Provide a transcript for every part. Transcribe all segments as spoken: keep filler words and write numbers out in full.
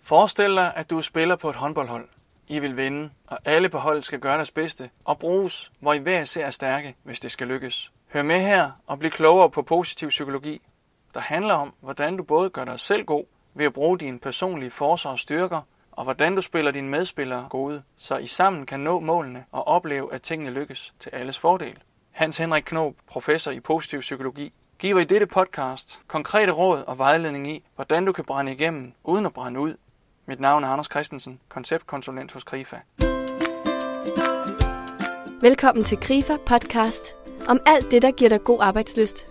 Forestil dig, at du er spiller på et håndboldhold. I vil vinde, og alle på holdet skal gøre deres bedste og bruges, hvor I hver især er stærke, hvis det skal lykkes. Hør med her og bliv klogere på positiv psykologi, der handler om, hvordan du både gør dig selv god ved at bruge dine personlige forcer og styrker, og hvordan du spiller dine medspillere gode, så I sammen kan nå målene og opleve, at tingene lykkes til alles fordel. Hans Henrik Knob, professor i positiv psykologi, giver i dette podcast konkrete råd og vejledning i, hvordan du kan brænde igennem uden at brænde ud. Mit navn er Anders Christensen, konceptkonsulent hos Krifa. Velkommen til Krifa podcast om alt det, der giver dig god arbejdslyst.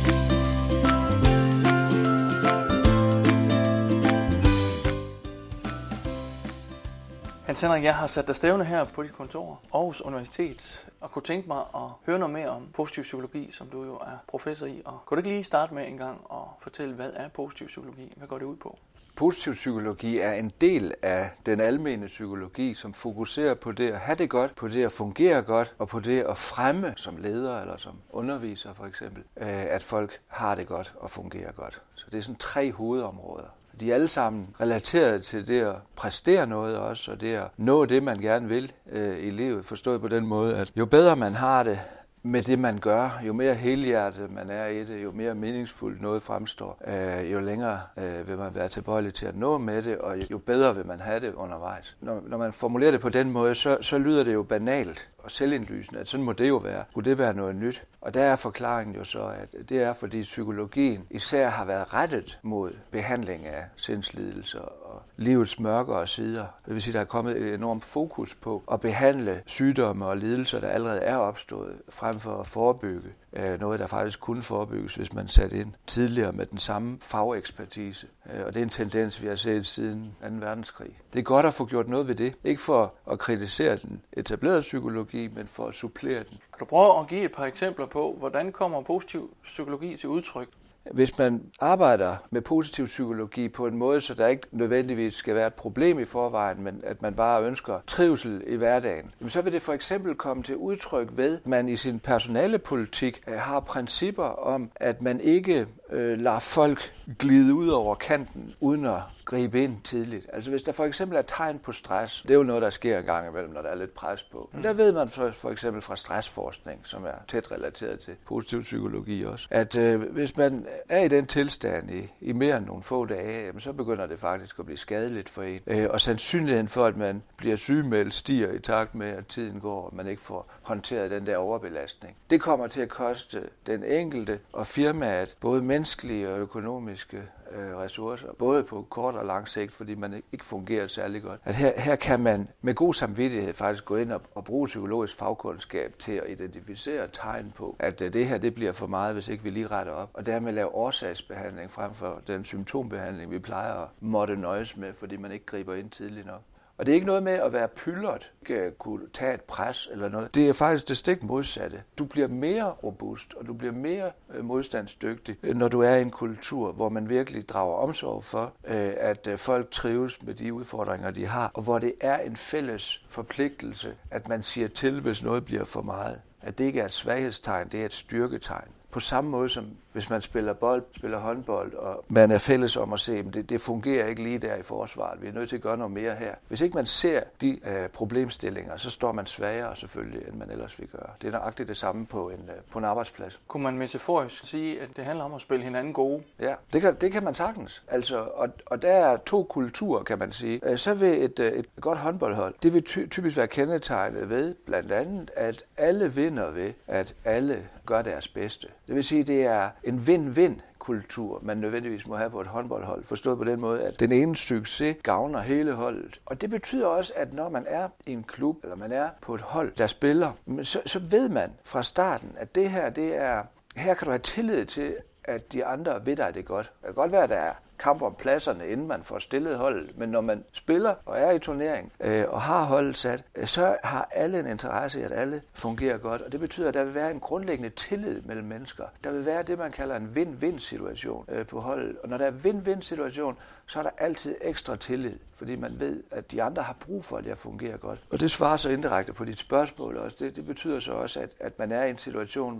Hans Henrik, jeg har sat dig stævne her på dit kontor, Aarhus Universitet, og kunne tænke mig at høre noget mere om positiv psykologi, som du jo er professor i. Og kunne du ikke lige starte med en gang og fortælle, hvad er positiv psykologi? Hvad går det ud på? Positiv psykologi er en del af den almene psykologi, som fokuserer på det at have det godt, på det at fungere godt, og på det at fremme som leder eller som underviser for eksempel, at folk har det godt og fungerer godt. Så det er sådan tre hovedområder. De er alle sammen relateret til det at præstere noget også, og det at nå det, man gerne vil øh, i livet. Forstået på den måde, at jo bedre man har det med det, man gør, jo mere helhjertet man er i det, jo mere meningsfuldt noget fremstår, øh, jo længere øh, vil man være tilbøjelig til at nå med det, og jo bedre vil man have det undervejs. Når, når man formulerer det på den måde, så, så lyder det jo banalt og selvindlysende, at sådan må det jo være. Kunne det være noget nyt? Og der er forklaringen jo så, at det er, fordi psykologien især har været rettet mod behandling af sindslidelser og livets mørkere sider. Det vil sige, der er kommet et enormt fokus på at behandle sygdomme og lidelser, der allerede er opstået, frem for at forebygge noget, der faktisk kunne forebygges, hvis man satte ind tidligere med den samme fagekspertise. Og det er en tendens, vi har set siden anden verdenskrig. Det er godt at få gjort noget ved det. Ikke for at kritisere den etablerede psykologi, men for at supplere den. Kan du prøve at give et par eksempler på, hvordan kommer positiv psykologi til udtryk? Hvis man arbejder med positiv psykologi på en måde, så der ikke nødvendigvis skal være et problem i forvejen, men at man bare ønsker trivsel i hverdagen, så vil det for eksempel komme til udtryk ved, at man i sin personalepolitik har principper om, at man ikke øh, lader folk glide ud over kanten, uden at gribe ind tidligt. Altså hvis der for eksempel er tegn på stress, det er jo noget, der sker en gang imellem, når der er lidt pres på. Men der ved man for, for eksempel fra stressforskning, som er tæt relateret til positiv psykologi også, at øh, hvis man er i den tilstand i, i mere end nogle få dage, jamen, så begynder det faktisk at blive skadeligt for en. Øh, og sandsynligheden for, at man bliver sygemeldt, stiger i takt med, at tiden går, og man ikke får håndteret den der overbelastning. Det kommer til at koste den enkelte og firmaet både menneskelige og økonomiske ressourcer, både på kort og lang sigt, fordi man ikke fungerer særlig godt. At her, her kan man med god samvittighed faktisk gå ind og, og bruge psykologisk fagkundskab til at identificere tegn på, at det her det bliver for meget, hvis ikke vi lige retter op, og dermed lave årsagsbehandling frem for den symptombehandling, vi plejer at måtte nøjes med, fordi man ikke griber ind tidligt nok. Og det er ikke noget med at være pyldret, ikke kunne tage et pres eller noget. Det er faktisk det stik modsatte. Du bliver mere robust, og du bliver mere modstandsdygtig, når du er i en kultur, hvor man virkelig drager omsorg for, at folk trives med de udfordringer, de har, og hvor det er en fælles forpligtelse, at man siger til, hvis noget bliver for meget. At det ikke er et svaghedstegn, det er et styrketegn. På samme måde som hvis man spiller bold, spiller håndbold, og man er fælles om at se, at det, det fungerer ikke lige der i forsvaret. Vi er nødt til at gøre noget mere her. Hvis ikke man ser de øh, problemstillinger, så står man svagere selvfølgelig, end man ellers vil gøre. Det er nøjagtigt det samme på en, øh, på en arbejdsplads. Kunne man metaforisk sige, at det handler om at spille hinanden gode? Ja, det kan, det kan man sagtens. Altså, og, og der er to kulturer, kan man sige. Så vil et, et godt håndboldhold, det vil ty- typisk være kendetegnet ved, blandt andet, at alle vinder ved, at alle gør deres bedste. Det vil sige, at det er en win-win kultur, man nødvendigvis må have på et håndboldhold. Forstået på den måde, at den ene succes gavner hele holdet. Og det betyder også, at når man er i en klub, eller man er på et hold, der spiller, så, så ved man fra starten, at det her, det er, her kan du have tillid til, at de andre ved dig det godt. Det kan godt være, at der er kamp om pladserne, inden man får stillet holdet. Men når man spiller og er i turnering øh, og har holdet sat, øh, så har alle en interesse i, at alle fungerer godt. Og det betyder, at der vil være en grundlæggende tillid mellem mennesker. Der vil være det, man kalder en win-win-situation øh, på holdet. Og når der er win-win-situation, så er der altid ekstra tillid, fordi man ved, at de andre har brug for, at det fungerer godt. Og det svarer så indirekte på dit spørgsmål også. Det, det betyder så også, at, at man er i en situation, hvor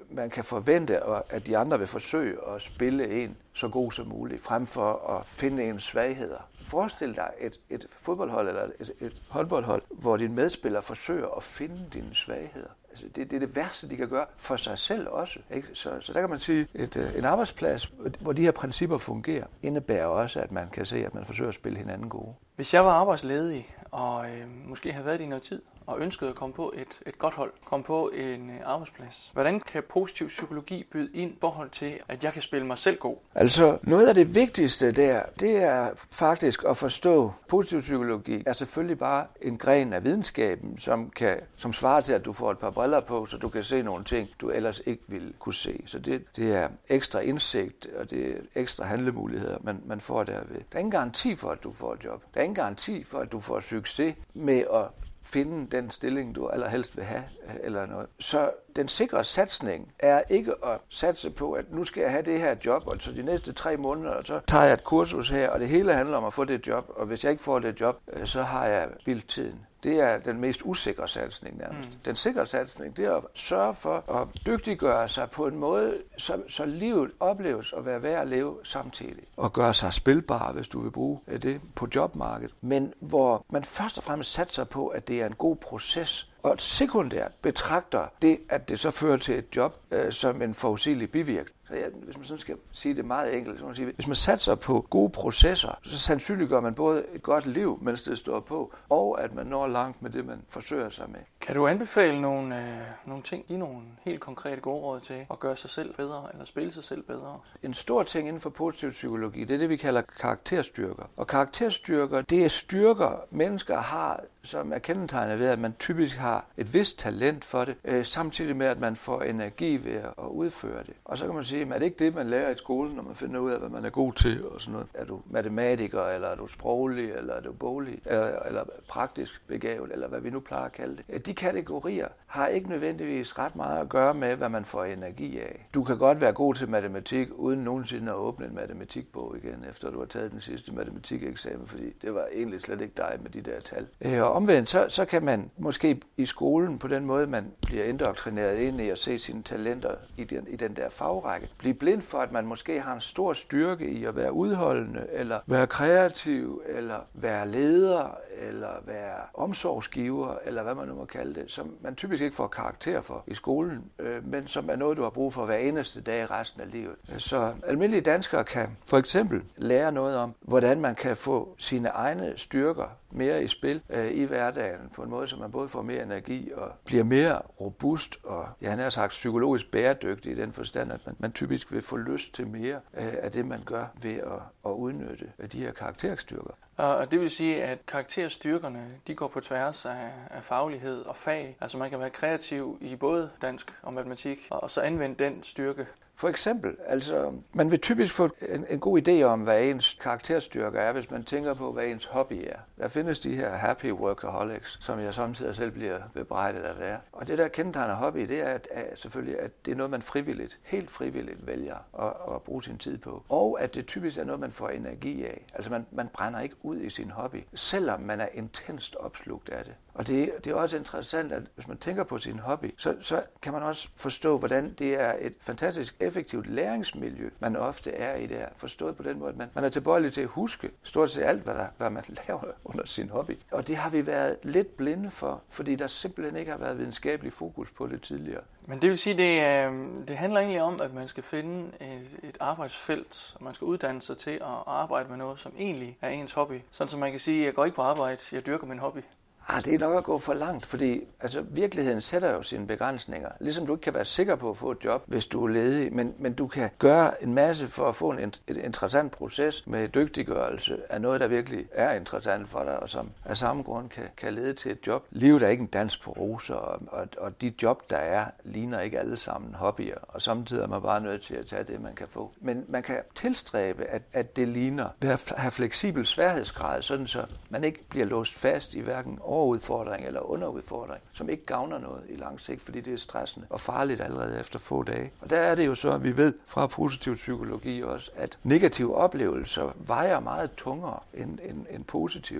man kan forvente, at de andre vil forsøge at spille en så god som muligt, frem for at finde ens svagheder. Forestil dig et, et fodboldhold eller et, et håndboldhold, hvor din medspiller forsøger at finde dine svagheder. Altså, det, det er det værste, de kan gøre for sig selv også. Ikke? Så, så der kan man sige, at øh, en arbejdsplads, hvor de her principper fungerer, indebærer også, at man kan se, at man forsøger at spille hinanden gode. Hvis jeg var arbejdsledig og øh, måske havde været det i noget tid, og ønskede at komme på et, et godt hold, komme på en øh, arbejdsplads, hvordan kan positiv psykologi byde ind i forhold til, at jeg kan spille mig selv god? Altså, noget af det vigtigste der, det er faktisk at forstå, positiv psykologi er selvfølgelig bare en gren af videnskaben, som, kan, som svarer til, at du får et par briller på, så du kan se nogle ting, du ellers ikke ville kunne se. Så det, det er ekstra indsigt, og det er ekstra handlemuligheder, man, man får derved. Der er ingen garanti for, at du får et job. Der er ingen garanti for, at du får succes med at finde den stilling, du allerhelst vil have, eller noget. Så den sikre satsning er ikke at satse på, at nu skal jeg have det her job, og så de næste tre måneder, og så tager jeg et kursus her, og det hele handler om at få det job, og hvis jeg ikke får det job, så har jeg bildt tiden. Det er den mest usikre satsning nærmest. Mm. Den sikre satsning, det er at sørge for at dygtiggøre sig på en måde, så, så livet opleves at være værd at leve samtidig. Og gøre sig spilbar, hvis du vil bruge det på jobmarkedet. Men hvor man først og fremmest satser på, at det er en god proces, og sekundært betragter det, at det så fører til et job, øh, som en forudsigelig bivirkning. Så ja, hvis man sådan skal sige det meget enkelt, så man sige, hvis man satser på gode processer, så sandsynliggør man både et godt liv, mens det står på, og at man når langt med det, man forsøger sig med. Kan du anbefale nogle, øh, nogle ting, give nogle helt konkrete gode råd til at gøre sig selv bedre, eller spille sig selv bedre? En stor ting inden for positiv psykologi, det er det, vi kalder karakterstyrker. Og karakterstyrker, det er styrker, mennesker har, som er kendetegnet ved, at man typisk har et vist talent for det, øh, samtidig med, at man får energi ved at udføre det. Og så kan man sige, er det ikke det, man lærer i skolen, når man finder ud af, hvad man er god til og sådan noget? Er du matematiker, eller er du sproglig, eller er du boglig, eller, eller praktisk begavet, eller hvad vi nu plejer at kalde det? De kategorier har ikke nødvendigvis ret meget at gøre med, hvad man får energi af. Du kan godt være god til matematik, uden nogensinde at åbne en matematikbog igen, efter du har taget den sidste matematikeksamen, fordi det var egentlig slet ikke dig med de der tal. Og omvendt, så, så kan man måske i skolen, på den måde, man bliver indoktrineret ind i at se sine talenter i den, i den der fagrække, blive blind for, at man måske har en stor styrke i at være udholdende, eller være kreativ, eller være leder, eller være omsorgsgiver, eller hvad man nu må kalde det, som man typisk ikke får karakter for i skolen, øh, men som er noget, du har brug for hver eneste dag resten af livet. Så almindelige danskere kan for eksempel lære noget om, hvordan man kan få sine egne styrker mere i spil øh, i hverdagen, på en måde, så man både får mere energi og bliver mere robust og, ja, han har sagt, psykologisk bæredygtig i den forstand, at man, man typisk vil få lyst til mere øh, af det, man gør ved at, at udnytte de her karakterstyrker. Og det vil sige, at karakterstyrkerne, de går på tværs af, af faglighed og fag. Altså man kan være kreativ i både dansk og matematik, og så anvende den styrke. For eksempel, altså, man vil typisk få en, en god idé om, hvad ens karakterstyrker er, hvis man tænker på, hvad ens hobby er. Der findes de her happy workaholics, som jeg samtidig selv bliver bebrejdet at være. Og det der kendetegner hobby, det er at, at selvfølgelig, at det er noget, man frivilligt, helt frivilligt vælger at, at bruge sin tid på. Og at det typisk er noget, man får energi af. Altså man, man brænder ikke ud i sin hobby, selvom man er intenst opslugt af det. Og det, det er også interessant, at hvis man tænker på sin hobby, så, så kan man også forstå, hvordan det er et fantastisk effektivt læringsmiljø, man ofte er i der. Forstået på den måde, at man, man er tilbøjelig til at huske stort set alt, hvad, der, hvad man laver under sin hobby. Og det har vi været lidt blinde for, fordi der simpelthen ikke har været videnskabelig fokus på det tidligere. Men det vil sige, det, øh, det handler egentlig om, at man skal finde et, et arbejdsfelt, og man skal uddanne sig til at arbejde med noget, som egentlig er ens hobby. Sådan som man kan sige, jeg går ikke på arbejde, jeg dyrker min hobby. Ah, det er nok at gå for langt, fordi altså, virkeligheden sætter jo sine begrænsninger. Ligesom du ikke kan være sikker på at få et job, hvis du er ledig, men, men du kan gøre en masse for at få en et interessant proces med dygtiggørelse af noget, der virkelig er interessant for dig, og som af samme grund kan, kan lede til et job. Livet er ikke en dans på roser, og, og, og de job, der er, ligner ikke alle sammen hobbyer, og samtidig er man bare nødt til at tage det, man kan få. Men man kan tilstræbe, at, at det ligner ved at have fleksibel sværhedsgrad, sådan så man ikke bliver låst fast i hverken overudfordring eller underudfordring, som ikke gavner noget i lang sigt, fordi det er stressende og farligt allerede efter få dage. Og der er det jo så, at vi ved fra positiv psykologi også, at negative oplevelser vejer meget tungere end, end, end positive.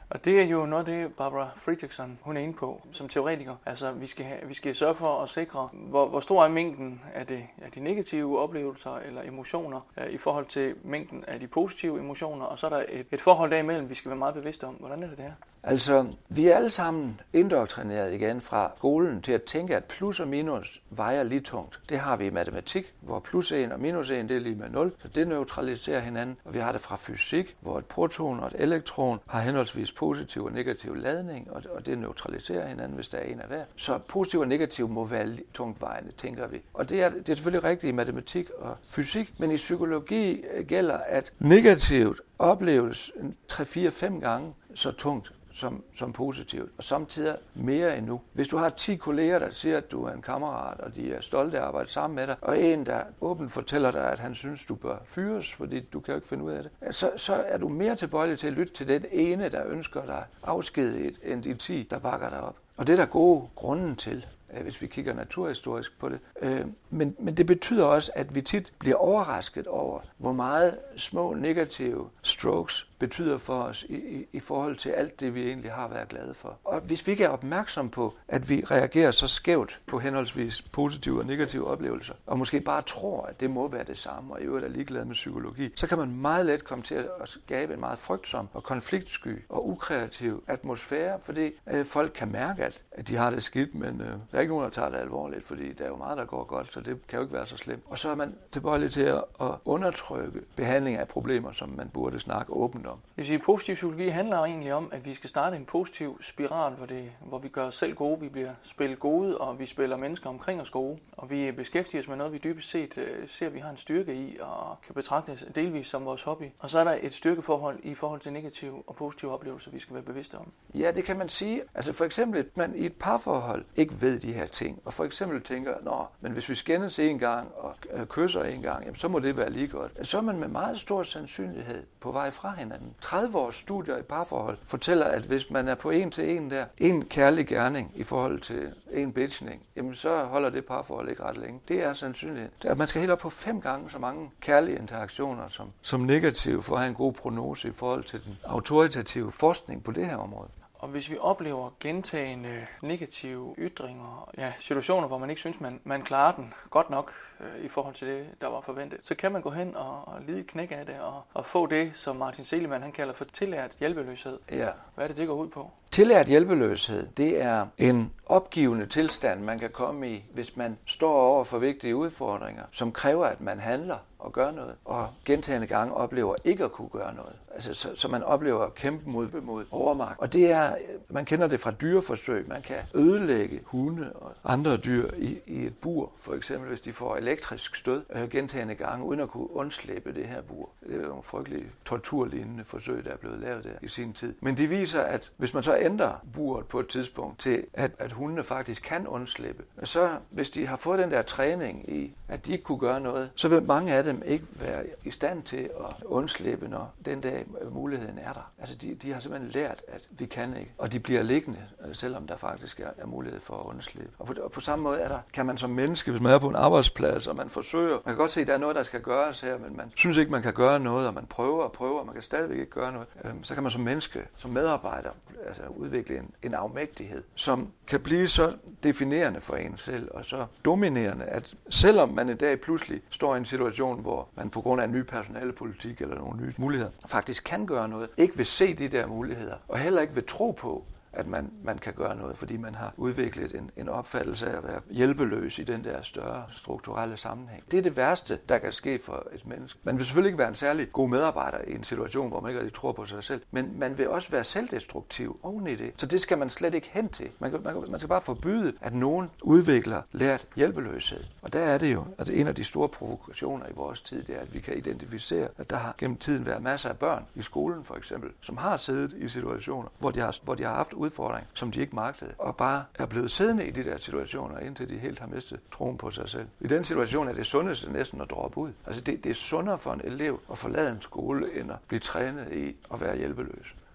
Og det er jo noget af det, Barbara Fredrickson, hun er inde på som teoretiker. Altså, vi skal, have, vi skal sørge for at sikre, hvor, hvor stor er mængden af, det, af de negative oplevelser eller emotioner øh, i forhold til mængden af de positive emotioner. Og så er der et, et forhold derimellem, vi skal være meget bevidste om. Hvordan er det der? Altså, vi er alle sammen indoktrineret igen fra skolen til at tænke, at plus og minus vejer lige tungt. Det har vi i matematik, hvor plus en og minus en det er lige med nul, så det neutraliserer hinanden. Og vi har det fra fysik, hvor et proton og et elektron har henholdsvis positiv og negativ ladning, og det neutraliserer hinanden, hvis der er en af hver. Så positiv og negativ må være tungtvejende, tænker vi. Og det er, det er selvfølgelig rigtigt i matematik og fysik, men i psykologi gælder, at negativt opleves tre, fire, fem gange så tungt som, som positivt, og samtidig mere endnu. Hvis du har ti kolleger, der siger, at du er en kammerat, og de er stolte af at arbejde sammen med dig, og en, der åbent fortæller dig, at han synes, du bør fyres, fordi du kan jo ikke finde ud af det, så, så er du mere tilbøjelig til at lytte til den ene, der ønsker dig afskediget, end de ti, der bakker dig op. Og det er der gode grunden til, hvis vi kigger naturhistorisk på det. Men, men det betyder også, at vi tit bliver overrasket over, hvor meget små negative strokes betyder for os i, i, i forhold til alt det, vi egentlig har været glade for. Og hvis vi ikke er opmærksom på, at vi reagerer så skævt på henholdsvis positive og negative oplevelser, og måske bare tror, at det må være det samme, og i øvrigt er ligeglad med psykologi, så kan man meget let komme til at skabe en meget frygtsom og konfliktsky og ukreativ atmosfære, fordi øh, folk kan mærke, at, at de har det skidt, men øh, der er ikke nogen, der tager det alvorligt, fordi der er jo meget, der går godt, så det kan jo ikke være så slemt. Og så er man tilbøjelig til at, at undertrykke behandling af problemer, som man burde snakke åbent om. Det vil sige, positiv psykologi handler egentlig om, at vi skal starte en positiv spiral, hvor, det, hvor vi gør os selv gode, vi bliver spillet gode, og vi spiller mennesker omkring os gode. Og vi beskæftiger os med noget, vi dybest set uh, ser, at vi har en styrke i, og kan betragte delvis som vores hobby. Og så er der et styrkeforhold i forhold til negative og positive oplevelser, vi skal være bevidste om. Ja, det kan man sige. Altså for eksempel, at man i et parforhold ikke ved de her ting, og for eksempel tænker, nå, men hvis vi skændes en gang og øh, kysser en gang, jamen, så må det være lige godt. Så er man med meget stor sandsynlighed på vej fra hinanden. tredive års studier i parforhold fortæller, at hvis man er på en til en der, en kærlig gerning i forhold til en bitchning, jamen så holder det parforhold ikke ret længe. Det er sandsynlighed. Man skal helt op på fem gange så mange kærlige interaktioner som, som negative for at have en god prognose i forhold til den autoritative forskning på det her område. Og hvis vi oplever gentagende negative ytringer, ja, situationer, hvor man ikke synes, man, man klarer den godt nok øh, i forhold til det, der var forventet, så kan man gå hen og, og lide et knæk af det, og, og få det, som Martin Seligman han kalder for tillært hjælpeløshed. Ja. Hvad er det, det går ud på? Tillært hjælpeløshed, det er en opgivende tilstand, man kan komme i, hvis man står over for vigtige udfordringer, som kræver, at man handler og gør noget, og gentagne gange oplever ikke at kunne gøre noget. Altså, så, så man oplever at kæmpe mod, mod overmagt. Og det er, man kender det fra dyreforsøg. Man kan ødelægge hunde og andre dyr i, i et bur, for eksempel hvis de får elektrisk stød øh, gentagne gange, uden at kunne undslippe det her bur. Det er jo nogle frygtelige torturlignende forsøg, der er blevet lavet der i sin tid. Men de viser, at hvis man så ændrer buret på et tidspunkt til, at, at hundene faktisk kan undslippe, så hvis de har fået den der træning i, at de ikke kunne gøre noget, så vil mange af dem ikke være i stand til at undslippe, når den dag muligheden er der. Altså de, de har simpelthen lært, at vi kan ikke, og de bliver liggende, selvom der faktisk er, er mulighed for at undslippe. Og på, og på samme måde er der, kan man som menneske, hvis man er på en arbejdsplads, og man forsøger, man kan godt se, at der er noget, der skal gøres her, men man synes ikke, man kan gøre noget, og man prøver og prøver, og man kan stadigvæk ikke gøre noget. Øhm, så kan man som menneske, som medarbejder, altså udvikle en, en afmægtighed, som kan blive så definerende for en selv, og så dominerende, at selvom man en dag pludselig står i en situation, hvor man på grund af en ny personalepolitik eller nogle nye muligheder faktisk kan gøre noget, ikke vil se de der muligheder, og heller ikke vil tro på, at man, man kan gøre noget, fordi man har udviklet en, en opfattelse af at være hjælpeløs i den der større strukturelle sammenhæng. Det er det værste, der kan ske for et menneske. Man vil selvfølgelig ikke være en særlig god medarbejder i en situation, hvor man ikke rigtig tror på sig selv, men man vil også være selvdestruktiv oven i det. Så det skal man slet ikke hen til. Man, man, man skal bare forbyde, at nogen udvikler lært hjælpeløshed. Og der er det jo, at en af de store provokationer i vores tid, det er, at vi kan identificere, at der har gennem tiden været masser af børn i skolen for eksempel, som har siddet i situationer, hvor de har, hvor de har haft udfordring, som de ikke magtede, og bare er blevet siddende i de der situationer, indtil de helt har mistet troen på sig selv. I den situation er det sundeste næsten at droppe ud. Altså det, det er sundere for en elev at forlade en skole, end at blive trænet i at være hjælpeløs.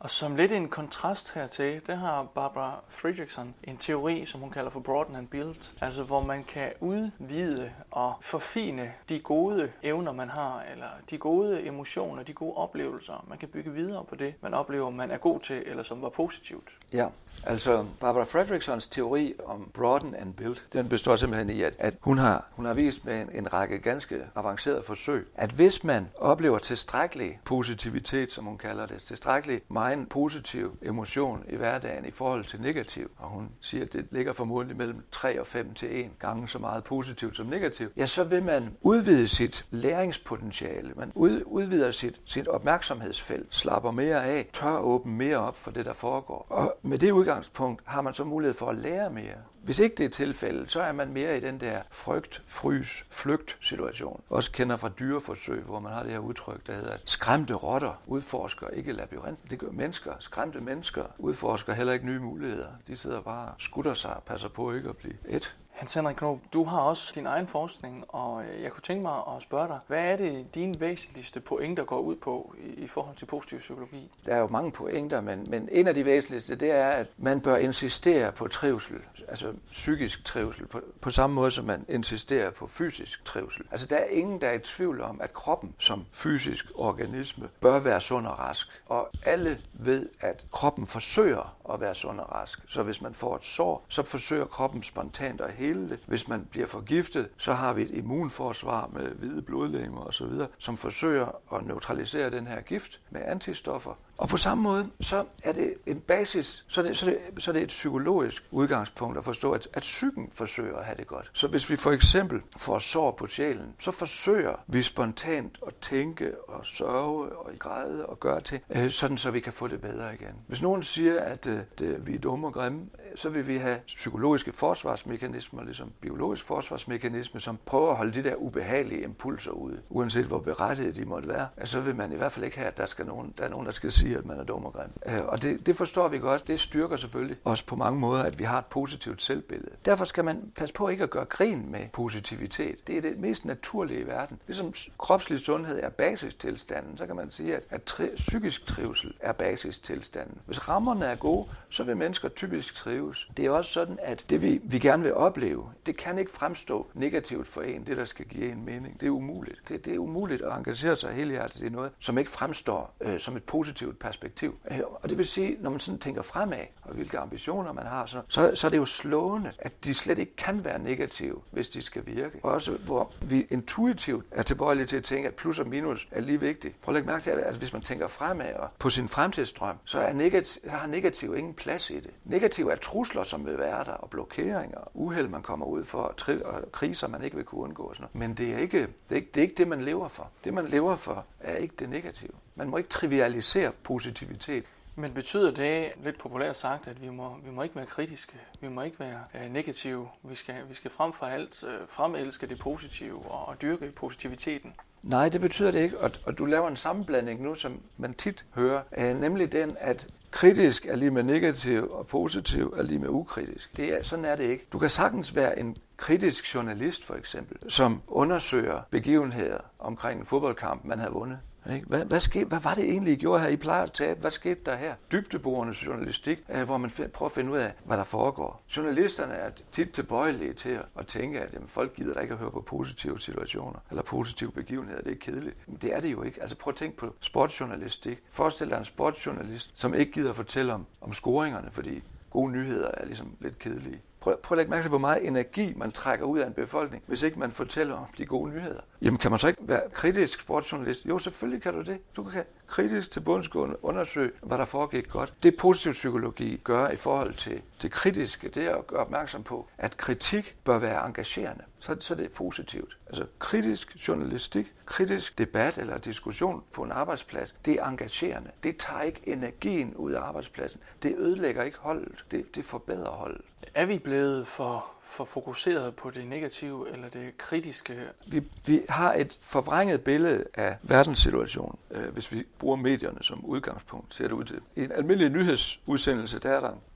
Og som lidt en kontrast hertil, der har Barbara Fredrickson en teori, som hun kalder for broaden and build, altså hvor man kan udvide og forfine de gode evner, man har, eller de gode emotioner, de gode oplevelser. Man kan bygge videre på det, man oplever, man er god til, eller som var positivt. Ja, altså Barbara Fredricksons teori om broaden and build, den består simpelthen i, at, at hun, har, hun har vist med en, en række ganske avancerede forsøg, at hvis man oplever tilstrækkelig positivitet, som hun kalder det, tilstrækkelig meget positiv emotion i hverdagen i forhold til negativ, og hun siger, at det ligger formodentlig mellem tre og fem til en gange så meget positivt som negativt, ja, så vil man udvide sit læringspotentiale, man ud, udvider sit, sit opmærksomhedsfelt, slapper mere af, tør åbne mere op for det, der foregår. Og med det udgangspunkt har man så mulighed for at lære mere. Hvis ikke det er tilfældet, så er man mere i den der frygt, frys, flygt situation. Også kender fra dyreforsøg, hvor man har det her udtryk, der hedder, at skræmte rotter udforsker ikke labyrinten. Det gør mennesker. Skræmte mennesker udforsker heller ikke nye muligheder. De sidder bare og skutter sig og passer på ikke at blive et. Hans Henrik Knob, du har også din egen forskning, og jeg kunne tænke mig at spørge dig, hvad er det dine væsentligste pointer går ud på i, i forhold til positiv psykologi? Der er jo mange pointer, men, men en af de væsentligste, det er, at man bør insistere på trivsel, altså psykisk trivsel, på, på samme måde som man insisterer på fysisk trivsel. Altså der er ingen, der er i tvivl om, at kroppen som fysisk organisme bør være sund og rask, og alle ved, at kroppen forsøger at være sund og rask. Så hvis man får et sår, så forsøger kroppen spontant at hele det. Hvis man bliver forgiftet, så har vi et immunforsvar med hvide blodlegemer osv., som forsøger at neutralisere den her gift med antistoffer. Og på samme måde, så er det en basis, så er det, så er det, så er det et psykologisk udgangspunkt at forstå, at, at psyken forsøger at have det godt. Så hvis vi for eksempel får sår på sjælen, så forsøger vi spontant at tænke og sørge og græde og gøre til, sådan så vi kan få det bedre igen. Hvis nogen siger, at, at vi er dumme og grimme, så vil vi have psykologiske forsvarsmekanismer, ligesom biologisk forsvarsmekanisme, som prøver at holde de der ubehagelige impulser ude, uanset hvor berettiget de måtte være. Så vil man i hvert fald ikke have, at der, skal nogen, der er nogen, der skal sige, at man er dum og grim. Og det, det forstår vi godt. Det styrker selvfølgelig også på mange måder, at vi har et positivt selvbillede. Derfor skal man passe på ikke at gøre grin med positivitet. Det er det mest naturlige i verden. Ligesom kropslig sundhed er basistilstanden, så kan man sige, at, at tri- psykisk trivsel er basistilstanden. Hvis rammerne er gode, så vil mennesker typisk trives. Det er også sådan, at det vi, vi gerne vil opleve, det kan ikke fremstå negativt for en, det der skal give en mening. Det er umuligt. Det, det er umuligt at engagere sig hele hjertet i noget, som ikke fremstår øh, som et positivt perspektiv. Og det vil sige, når man sådan tænker fremad, og hvilke ambitioner man har, så, så, så er det jo slående, at de slet ikke kan være negative, hvis de skal virke. Også hvor vi intuitivt er tilbøjelige til at tænke, at plus og minus er lige vigtigt. Prøv at lægge mærke til, at altså, hvis man tænker fremad og på sin fremtidsdrøm, så er negativ, har negativ ingen plads i det. Negativ er trusler, som vil være der, og blokeringer, uheld, man kommer ud for, og, tri- og kriser, man ikke vil kunne undgå. Og sådan noget. Men det er, ikke, det, er ikke, det er ikke det, man lever for. Det, man lever for, er ikke det negative. Man må ikke trivialisere positivitet. Men betyder det, lidt populært sagt, at vi må, vi må ikke være kritiske, vi må ikke være øh, negative, vi skal, vi skal frem for alt øh, fremelske det positive og, og dyrke positiviteten? Nej, det betyder det ikke, og, og du laver en sammenblanding nu, som man tit hører, øh, nemlig den, at kritisk er lige med negativ, og positiv er lige med ukritisk. Det er, sådan er det ikke. Du kan sagtens være en kritisk journalist, for eksempel, som undersøger begivenheder omkring en fodboldkamp, man havde vundet. Hvad, hvad, skete, hvad var det egentlig, I gjorde her? I plejer at tabe. Hvad skete der her? Dybdeborende journalistik, hvor man prøver at finde ud af, hvad der foregår. Journalisterne er tit tilbøjelige til at tænke, at jamen, folk gider da ikke at høre på positive situationer eller positive begivenheder. Det er kedeligt. Men det er det jo ikke. Altså prøv at tænke på sportsjournalistik. Forestil dig en sportsjournalist, som ikke gider at fortælle om, om scoringerne, fordi gode nyheder er ligesom lidt kedelige. Prøv, prøv at lægge mærke til, hvor meget energi man trækker ud af en befolkning, hvis ikke man fortæller om de gode nyheder. Jamen, kan man så ikke være kritisk sportsjournalist? Jo, selvfølgelig kan du det. Du kan kritisk til bundsgående undersøge, hvad der foregik godt. Det positiv psykologi gør i forhold til det kritiske, det er at gøre opmærksom på, at kritik bør være engagerende. Så, så det er positivt. Altså kritisk journalistik, kritisk debat eller diskussion på en arbejdsplads, det er engagerende. Det tager ikke energien ud af arbejdspladsen. Det ødelægger ikke holdet. Det, det forbedrer holdet. Er vi blevet for, for fokuseret på det negative eller det kritiske? Vi, vi har et forvrænget billede af verdenssituationen, øh, hvis vi bruger medierne som udgangspunkt, ser det ud til. I en almindelig nyhedsudsendelse, der er der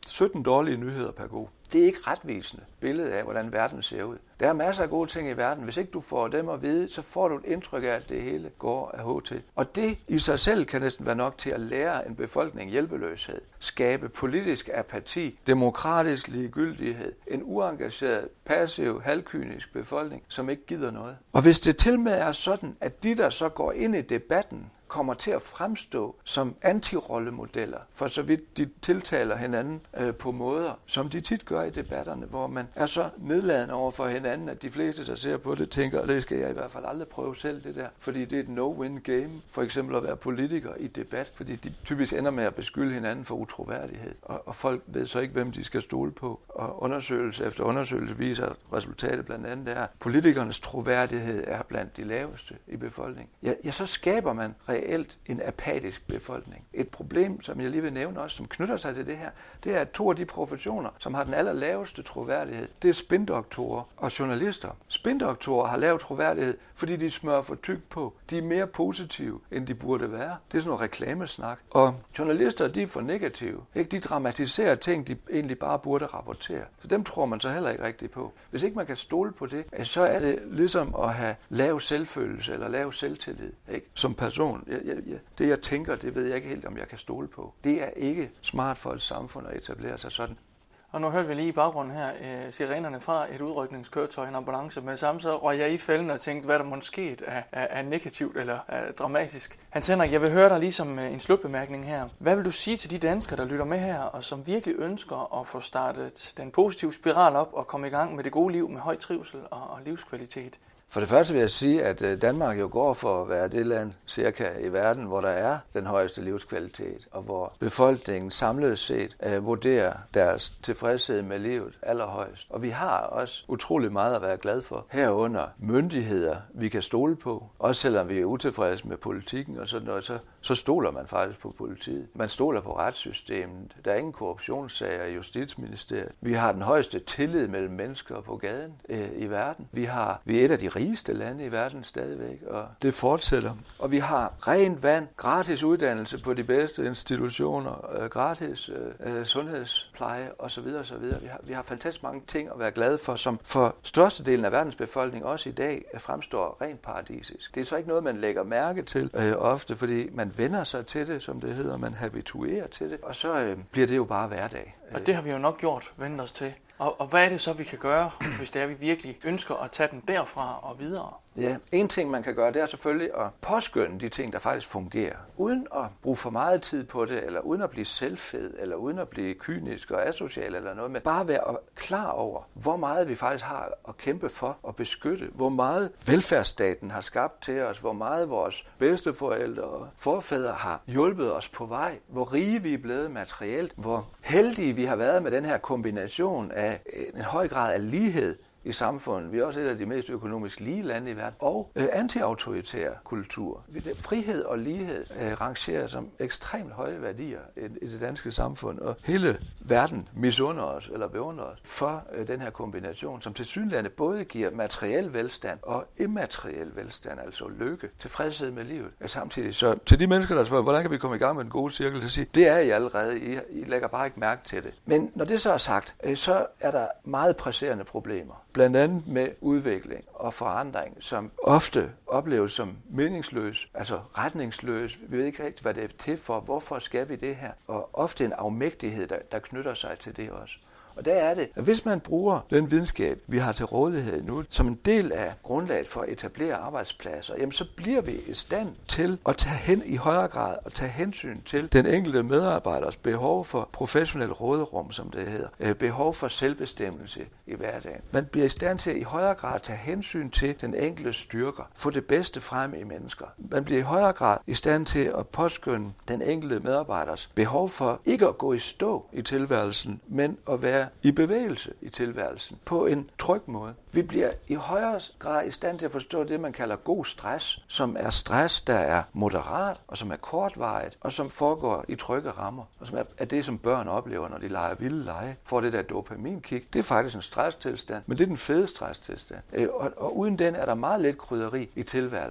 sytten dårlige nyheder per god. Det er ikke retvisende billede af, hvordan verden ser ud. Der er masser af gode ting i verden. Hvis ikke du får dem at vide, så får du et indtryk af, at det hele går af H til. Og det i sig selv kan næsten være nok til at lære en befolkning hjælpeløshed, skabe politisk apati, demokratisk ligegyldighed, en uengageret, passiv, halvkynisk befolkning, som ikke gider noget. Og hvis det tilmed er sådan, at de, der så går ind i debatten, kommer til at fremstå som antirollemodeller, for så vidt de tiltaler hinanden øh, på måder, som de tit gør i debatterne, hvor man er så nedladende over for hinanden, at de fleste, der ser på det, tænker, at det skal jeg i hvert fald aldrig prøve selv, det der. Fordi det er et no-win game, for eksempel at være politiker i debat, fordi de typisk ender med at beskylde hinanden for utroværdighed, og, og folk ved så ikke, hvem de skal stole på. Og undersøgelse efter undersøgelse viser, at resultatet blandt andet er, at politikernes troværdighed er blandt de laveste i befolkningen. Ja, ja så skaber man reelt en apatisk befolkning. Et problem, som jeg lige vil nævne også, som knytter sig til det her, det er, at to af de professioner, som har den allerlaveste troværdighed, det er spindoktorer og journalister. Spindoktorer har lav troværdighed, fordi de smører for tykt på. De er mere positive, end de burde være. Det er sådan noget reklamesnak. Og journalister, de er for negative. Ikke? De dramatiserer ting, de egentlig bare burde rapportere. Så dem tror man så heller ikke rigtigt på. Hvis ikke man kan stole på det, så er det ligesom at have lav selvfølelse eller lav selvtillid, ikke? Som person. Jeg, jeg, jeg, det jeg tænker, det ved jeg ikke helt, om jeg kan stole på. Det er ikke smart for et samfund at etablere sig sådan. Og nu hørte vi lige i baggrunden her øh, sirenerne fra et udrykningskøretøj, en ambulance. Med samme så røg jeg i fælden og tænkte, hvad der måske sket af, af, af negativt eller af dramatisk. Hans Henrik, jeg vil høre dig ligesom en slutbemærkning her. Hvad vil du sige til de danskere, der lytter med her, og som virkelig ønsker at få startet den positive spiral op og komme i gang med det gode liv med høj trivsel og, og livskvalitet? For det første vil jeg sige, at Danmark jo går for at være det land cirka i verden, hvor der er den højeste livskvalitet, og hvor befolkningen samlet set uh, vurderer deres tilfredshed med livet allerhøjst. Og vi har også utrolig meget at være glad for. Herunder myndigheder, vi kan stole på. Også selvom vi er utilfredse med politikken og sådan noget, så, så stoler man faktisk på politiet. Man stoler på retssystemet. Der er ingen korruptionssager i Justitsministeriet. Vi har den højeste tillid mellem mennesker på gaden uh, i verden. Vi har vi er et af de rigeste lande i verden stadigvæk, og det fortsætter. Og vi har rent vand, gratis uddannelse på de bedste institutioner, øh, gratis øh, sundhedspleje osv. osv. Vi har, vi har fantastisk mange ting at være glade for, som for størstedelen af verdens befolkning også i dag fremstår rent paradisisk. Det er så ikke noget, man lægger mærke til øh, ofte, fordi man vender sig til det, som det hedder, man habituerer til det, og så øh, bliver det jo bare hverdag. Og det har vi jo nok gjort, vendt os til. Og, og hvad er det så, vi kan gøre, hvis det er, vi virkelig ønsker at tage den derfra og videre? Ja, en ting, man kan gøre, det er selvfølgelig at påskynde de ting, der faktisk fungerer. Uden at bruge for meget tid på det, eller uden at blive selvfed, eller uden at blive kynisk og asocial eller noget, men bare være klar over, hvor meget vi faktisk har at kæmpe for at beskytte, hvor meget velfærdsstaten har skabt til os, hvor meget vores bedsteforældre og forfædre har hjulpet os på vej, hvor rige vi er blevet materielt, hvor heldige vi har været med den her kombination af en høj grad af lighed i samfundet. Vi er også et af de mest økonomisk lige lande i verden. Og øh, anti-autoritær kultur. Frihed og lighed øh, rangerer som ekstremt høje værdier i, i det danske samfund. Og hele verden misunder os, eller beundrer os, for øh, den her kombination, som tilsyneladende både giver materiel velstand og immateriel velstand, altså lykke, tilfredshed med livet. Og samtidig, så til de mennesker, der spørger, hvordan kan vi komme i gang med en god cirkel, så siger, det er I allerede, I, I lægger bare ikke mærke til det. Men når det så er sagt, øh, så er der meget presserende problemer. Blandt andet med udvikling og forandring, som ofte opleves som meningsløs, altså retningsløs. Vi ved ikke rigtig, hvad det er til for. Hvorfor skal vi det her? Og ofte en afmægtighed, der, der knytter sig til det også. Og der er det, at hvis man bruger den videnskab, vi har til rådighed nu, som en del af grundlaget for at etablere arbejdspladser, jamen så bliver vi i stand til at tage hen i højere grad og tage hensyn til den enkelte medarbejders behov for professionel råderum, som det hedder, behov for selvbestemmelse i hverdagen. Man bliver i stand til at i højere grad tage hensyn til den enkelte styrker, få det bedste frem i mennesker. Man bliver i højere grad i stand til at påskynde den enkelte medarbejders behov for ikke at gå i stå i tilværelsen, men at være i bevægelse i tilværelsen på en tryg måde. Vi bliver i højere grad i stand til at forstå det, man kalder god stress, som er stress, der er moderat, og som er kortvarigt, og som foregår i trygge rammer, og som er det, som børn oplever, når de leger vilde lege, får det der dopaminkick. Det er faktisk en stresstilstand, men det er den fede stresstilstand. Og, og uden den er der meget lidt krydderi i tilværelsen.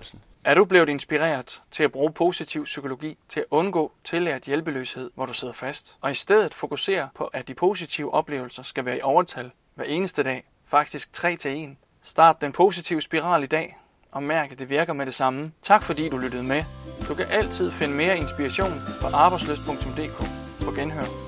Er du blevet inspireret til at bruge positiv psykologi til at undgå tillært hjælpeløshed, hvor du sidder fast, og i stedet fokusere på, at de positive oplevelser skal være i overtal hver eneste dag, faktisk tre til en? Start den positive spiral i dag, og mærk, at det virker med det samme. Tak fordi du lyttede med. Du kan altid finde mere inspiration på arbejdslyst punktum d k. På genhør.